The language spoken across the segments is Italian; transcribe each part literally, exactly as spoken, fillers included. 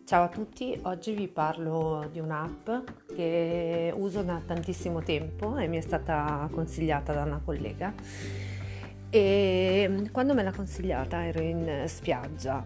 Ciao a tutti, oggi vi parlo di un'app che uso da tantissimo tempo e mi è stata consigliata da una collega. E quando me l'ha consigliata ero in spiaggia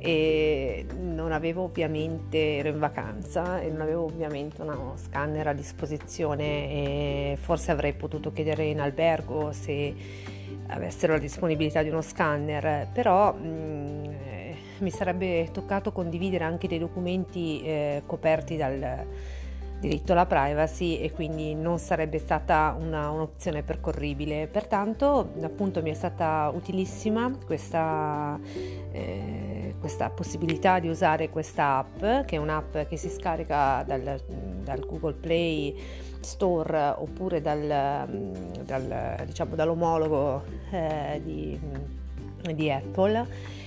e non avevo ovviamente, ero in vacanza e non avevo ovviamente uno scanner a disposizione e forse avrei potuto chiedere in albergo se avessero la disponibilità di uno scanner, però mh, eh, mi sarebbe toccato condividere anche dei documenti eh, coperti dal diritto alla privacy e quindi non sarebbe stata una, un'opzione percorribile. Pertanto appunto mi è stata utilissima questa, eh, questa possibilità di usare questa app, che è un'app che si scarica dal, dal Google Play Store oppure dal, dal, diciamo, dall'omologo eh, di, di Apple,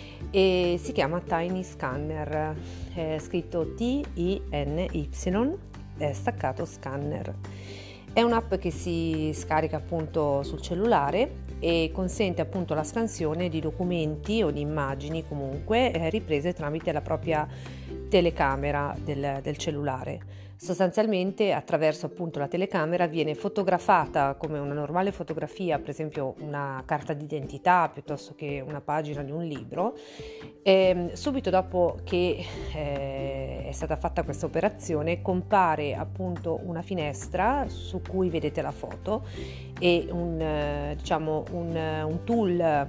e si chiama Tiny Scanner, è scritto T I N Y è staccato Scanner. È un'app che si scarica appunto sul cellulare e consente appunto la scansione di documenti o di immagini comunque eh, riprese tramite la propria telecamera del, del cellulare. Sostanzialmente attraverso appunto la telecamera viene fotografata come una normale fotografia, per esempio una carta d'identità piuttosto che una pagina di un libro. E subito dopo che eh, è stata fatta questa operazione compare appunto una finestra su cui vedete la foto e un, eh, diciamo un, un tool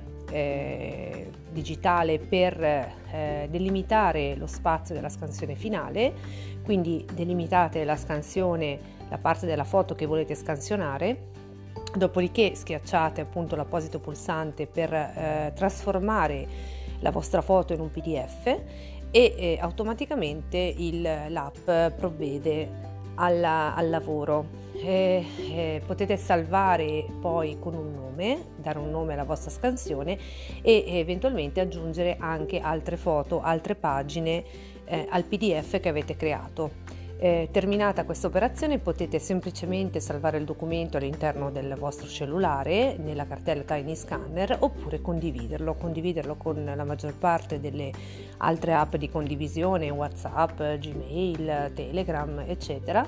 eh, digitale per eh, delimitare lo spazio della scansione finale. Quindi delimitate la scansione, la parte della foto che volete scansionare, dopodiché schiacciate appunto l'apposito pulsante per eh, trasformare la vostra foto in un P D F e eh, automaticamente il, l'app provvede alla, al lavoro. Eh, eh, potete salvare poi con un nome, dare un nome alla vostra scansione e eventualmente aggiungere anche altre foto, altre pagine eh, al P D F che avete creato. Eh, terminata questa operazione potete semplicemente salvare il documento all'interno del vostro cellulare nella cartella Tiny Scanner oppure condividerlo, condividerlo con la maggior parte delle altre app di condivisione, WhatsApp, Gmail, Telegram, eccetera,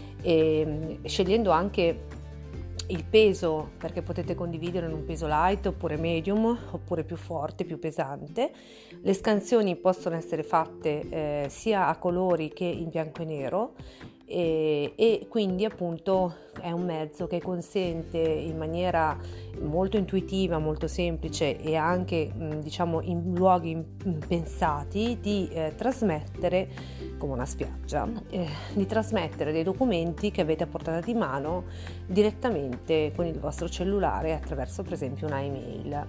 e scegliendo anche il peso, perché potete condividere in un peso light oppure medium oppure più forte, più pesante. Le scansioni possono essere fatte eh, sia a colori che in bianco e nero e, e quindi appunto è un mezzo che consente in maniera molto intuitiva, molto semplice e anche diciamo in luoghi pensati di eh, trasmettere, come una spiaggia, eh, di trasmettere dei documenti che avete a portata di mano direttamente con il vostro cellulare attraverso per esempio una email,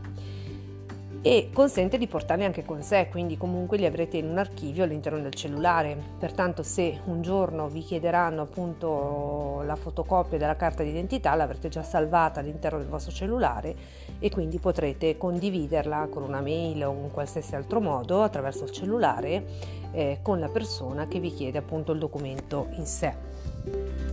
e consente di portarli anche con sé, quindi comunque li avrete in un archivio all'interno del cellulare. Pertanto se un giorno vi chiederanno appunto la fotocopia della carta d'identità l'avrete già salvata all'interno del vostro cellulare e quindi potrete condividerla con una mail o in qualsiasi altro modo attraverso il cellulare eh, con la persona che vi chiede appunto il documento in sé.